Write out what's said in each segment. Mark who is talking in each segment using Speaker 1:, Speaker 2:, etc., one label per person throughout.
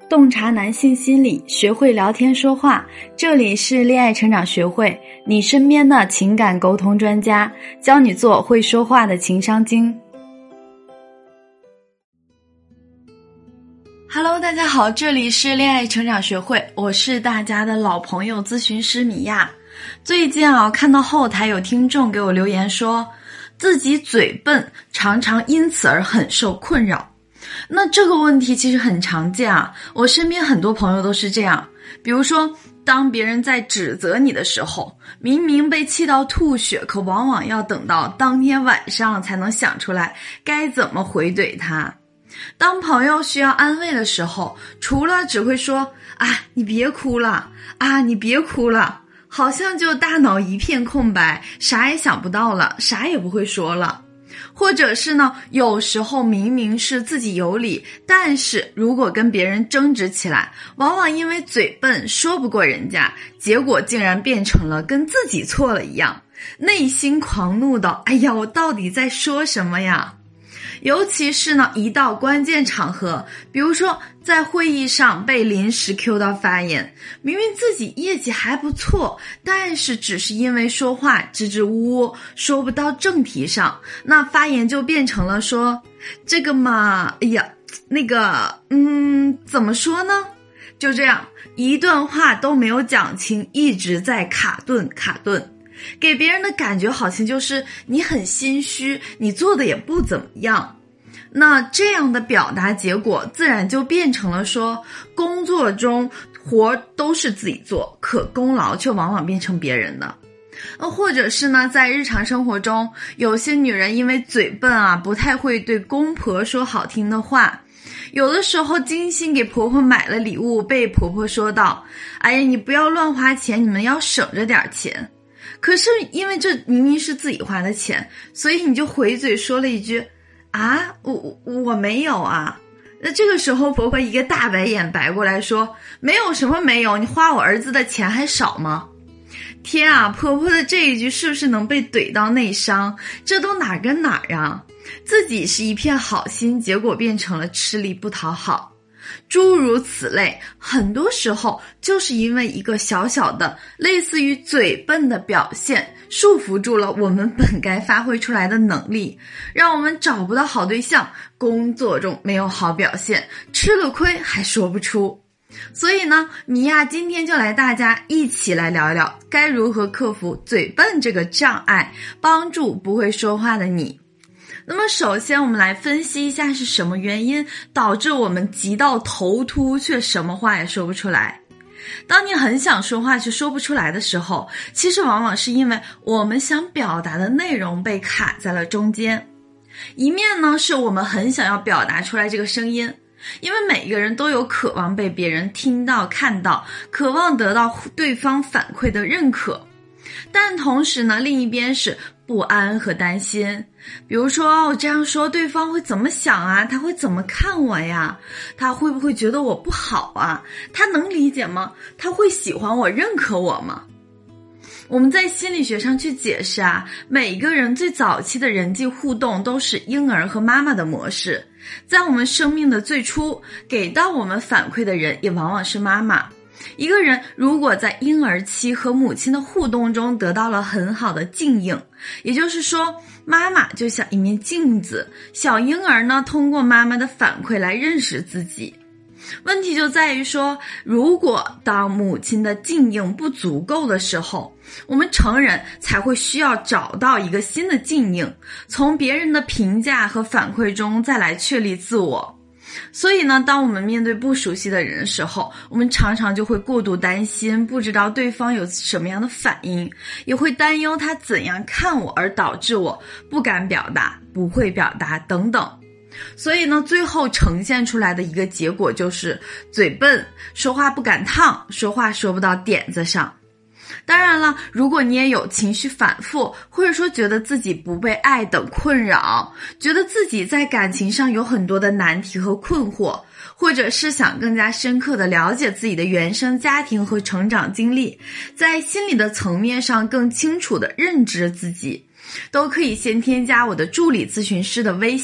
Speaker 1: 洞察男性心理，学会聊天说话。这里是恋爱成长学会，你身边的情感沟通专家，教你做会说话的情商精。Hello， 大家好，这里是恋爱成长学会，我是大家的老朋友咨询师米娅。最近看到后台有听众给我留言说，自己嘴笨，常常因此而很受困扰。那这个问题其实很常见我身边很多朋友都是这样。比如说，当别人在指责你的时候，明明被气到吐血，可往往要等到当天晚上才能想出来该怎么回怼他。当朋友需要安慰的时候，除了只会说你别哭了你别哭了，好像就大脑一片空白，啥也想不到了，啥也不会说了。或者是呢，有时候明明是自己有理，但是如果跟别人争执起来，往往因为嘴笨说不过人家，结果竟然变成了跟自己错了一样，内心狂怒到我到底在说什么呀？尤其是呢，一到关键场合，比如说在会议上被临时 Q 到发言，明明自己业绩还不错，但是只是因为说话支支吾吾，说不到正题上，那发言就变成了说这个嘛，怎么说呢？就这样一段话都没有讲清，一直在卡顿，给别人的感觉好像就是你很心虚，你做的也不怎么样。那这样的表达结果自然就变成了说，工作中活都是自己做，可功劳却往往变成别人的。或者是呢，在日常生活中，有些女人因为嘴笨不太会对公婆说好听的话，有的时候精心给婆婆买了礼物，被婆婆说道你不要乱花钱，你们要省着点钱。可是因为这明明是自己花的钱，所以你就回嘴说了一句我没有那这个时候婆婆一个大白眼白过来说，没有什么没有，你花我儿子的钱还少吗？天婆婆的这一句是不是能被怼到内伤？这都哪跟哪自己是一片好心，结果变成了吃力不讨好。诸如此类，很多时候就是因为一个小小的类似于嘴笨的表现，束缚住了我们本该发挥出来的能力，让我们找不到好对象，工作中没有好表现，吃了亏还说不出。所以呢，米娅今天就来大家一起来聊一聊，该如何克服嘴笨这个障碍，帮助不会说话的你。那么首先我们来分析一下是什么原因导致我们急到头秃却什么话也说不出来。当你很想说话却说不出来的时候，其实往往是因为我们想表达的内容被卡在了中间。一面呢，是我们很想要表达出来这个声音，因为每一个人都有渴望被别人听到看到，渴望得到对方反馈的认可。但同时呢，另一边是不安和担心。比如说我这样说对方会怎么想他会怎么看我呀？他会不会觉得我不好他能理解吗？他会喜欢我认可我吗？我们在心理学上去解释每一个人最早期的人际互动都是婴儿和妈妈的模式。在我们生命的最初，给到我们反馈的人也往往是妈妈。一个人如果在婴儿期和母亲的互动中得到了很好的镜映，也就是说妈妈就像一面镜子，小婴儿呢通过妈妈的反馈来认识自己。问题就在于说，如果当母亲的镜映不足够的时候，我们成人才会需要找到一个新的镜映，从别人的评价和反馈中再来确立自我。所以呢，当我们面对不熟悉的人的时候，我们常常就会过度担心，不知道对方有什么样的反应，也会担忧他怎样看我，而导致我不敢表达，不会表达等等。所以呢，最后呈现出来的一个结果就是嘴笨，说话不赶趟，说话说不到点子上。当然了，如果你也有情绪反复，或者说觉得自己不被爱等困扰，觉得自己在感情上有很多的难题和困惑，或者是想更加深刻地了解自己的原生家庭和成长经历，在心理的层面上更清楚地认知自己，都可以先添加我的助理咨询师的微信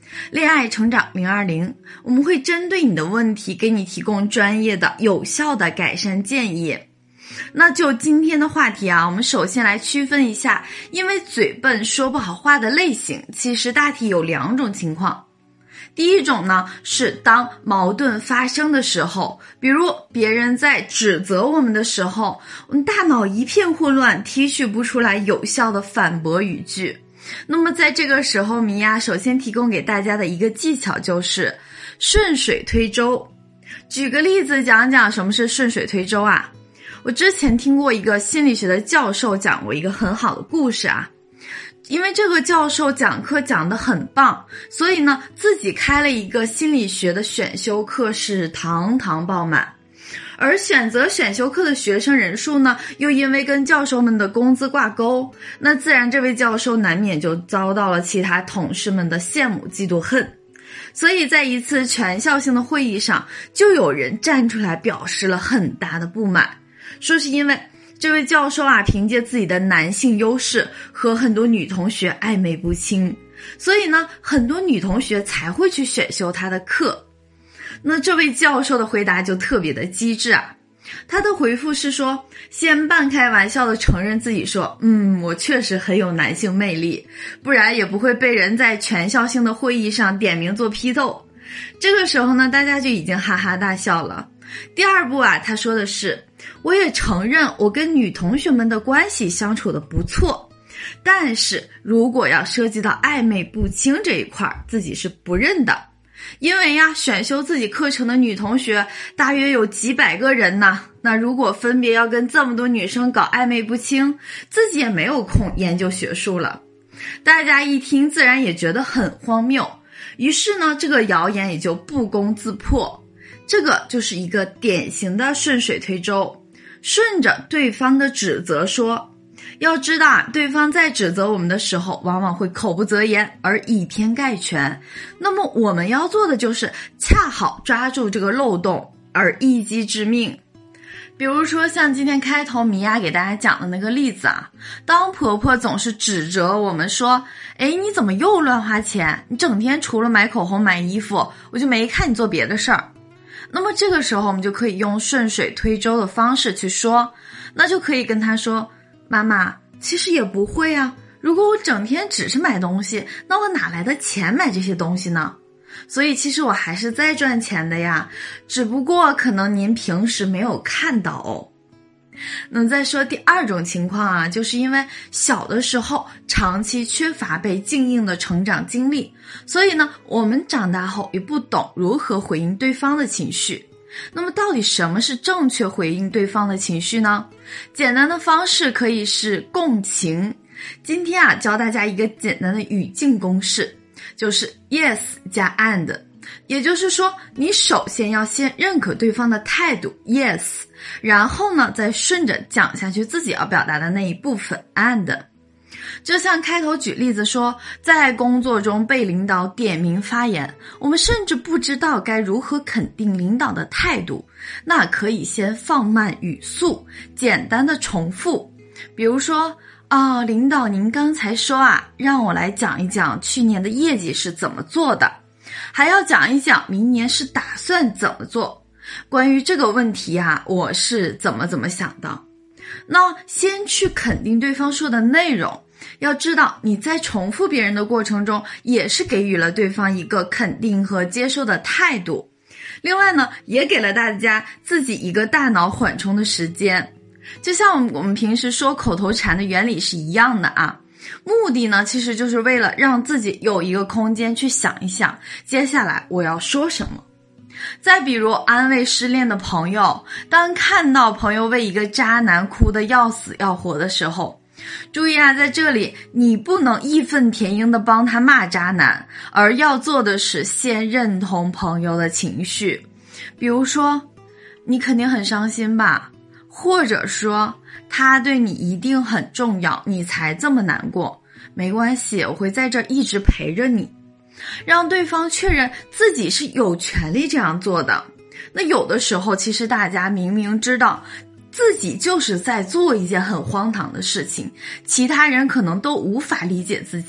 Speaker 1: 恋爱成长020，我们会针对你的问题给你提供专业的有效的改善建议。那就今天的话题啊，我们首先来区分一下因为嘴笨说不好话的类型，其实大体有2种情况。第一种呢，是当矛盾发生的时候，比如别人在指责我们的时候，我们大脑一片混乱，提取不出来有效的反驳语句。那么在这个时候，米娅首先提供给大家的一个技巧就是顺水推舟。举个例子讲讲什么是顺水推舟啊。我之前听过一个心理学的教授讲过一个很好的故事啊。因为这个教授讲课讲得很棒，所以呢自己开了一个心理学的选修课，是堂堂爆满。而选择选修课的学生人数呢，又因为跟教授们的工资挂钩，那自然这位教授难免就遭到了其他同事们的羡慕嫉妒恨。所以在一次全校性的会议上，就有人站出来表示了很大的不满，说是因为这位教授啊，凭借自己的男性优势和很多女同学暧昧不清，所以呢很多女同学才会去选修他的课。那这位教授的回答就特别的机智啊，他的回复是说，先半开玩笑的承认自己说，我确实很有男性魅力，不然也不会被人在全校性的会议上点名做批斗。这个时候呢，大家就已经哈哈大笑了。第二步啊，他说的是，我也承认我跟女同学们的关系相处的不错，但是如果要涉及到暧昧不清这一块，自己是不认的。因为呀，选修自己课程的女同学大约有几百个人呢，那如果分别要跟这么多女生搞暧昧不清，自己也没有空研究学术了。大家一听自然也觉得很荒谬，于是呢这个谣言也就不攻自破。这个就是一个典型的顺水推舟，顺着对方的指责说。要知道啊，对方在指责我们的时候，往往会口不择言而以偏概全。那么我们要做的就是恰好抓住这个漏洞而一击致命。比如说像今天开头米娅给大家讲的那个例子啊，当婆婆总是指责我们说，你怎么又乱花钱？你整天除了买口红买衣服，我就没看你做别的事儿。那么这个时候我们就可以用顺水推舟的方式去说，那就可以跟她说，妈妈，其实也不会啊，如果我整天只是买东西，那我哪来的钱买这些东西呢？所以其实我还是在赚钱的呀，只不过可能您平时没有看到哦。那再说第二种情况啊，就是因为小的时候长期缺乏被静应的成长经历，所以呢我们长大后也不懂如何回应对方的情绪。那么到底什么是正确回应对方的情绪呢？简单的方式可以是共情。今天啊教大家一个简单的语境公式，就是 yes 加 and， 也就是说你首先要先认可对方的态度 yes， 然后呢再顺着讲下去自己要表达的那一部分 and。就像开头举例子说，在工作中被领导点名发言，我们甚至不知道该如何肯定领导的态度，那可以先放慢语速，简单的重复。比如说，领导您刚才说啊，让我来讲一讲去年的业绩是怎么做的，还要讲一讲明年是打算怎么做。关于这个问题啊，我是怎么想的。那先去肯定对方说的内容，要知道你在重复别人的过程中也是给予了对方一个肯定和接受的态度。另外呢，也给了大家自己一个大脑缓冲的时间。就像我们平时说口头禅的原理是一样的啊，目的呢其实就是为了让自己有一个空间去想一想接下来我要说什么。再比如安慰失恋的朋友，当看到朋友为一个渣男哭得要死要活的时候，注意啊，在这里你不能义愤填膺地帮他骂渣男，而要做的是先认同朋友的情绪。比如说，你肯定很伤心吧，或者说他对你一定很重要，你才这么难过，没关系，我会在这儿一直陪着你。让对方确认自己是有权利这样做的。那有的时候其实大家明明知道自己就是在做一件很荒唐的事情，其他人可能都无法理解自己，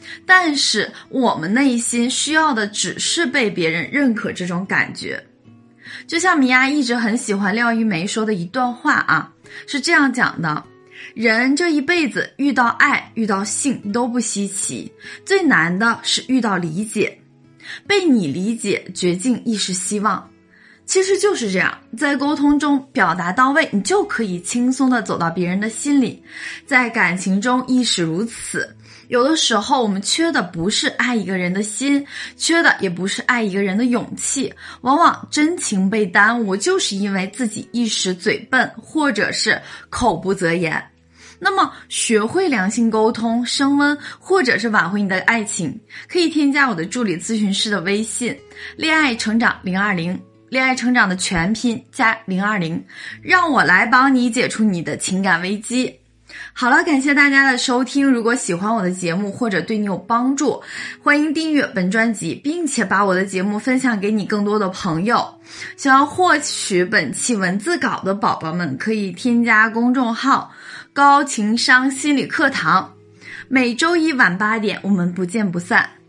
Speaker 1: 但是我们内心需要的只是被别人认可这种感觉。就像米娅一直很喜欢廖一梅说的一段话啊，是这样讲的：人这一辈子遇到爱遇到性都不稀奇，最难的是遇到理解，被你理解绝境亦是希望。其实就是这样，在沟通中表达到位，你就可以轻松地走到别人的心里。在感情中亦是如此，有的时候我们缺的不是爱一个人的心，缺的也不是爱一个人的勇气，往往真情被耽误，就是因为自己一时嘴笨，或者是口不择言。那么学会良性沟通，升温或者是挽回你的爱情，可以添加我的助理咨询师的微信恋爱成长020，恋爱成长的全拼加020，让我来帮你解除你的情感危机。好了，感谢大家的收听，如果喜欢我的节目或者对你有帮助，欢迎订阅本专辑，并且把我的节目分享给你更多的朋友。想要获取本期文字稿的宝宝们，可以添加公众号高情商心理课堂，每周一晚8点我们不见不散。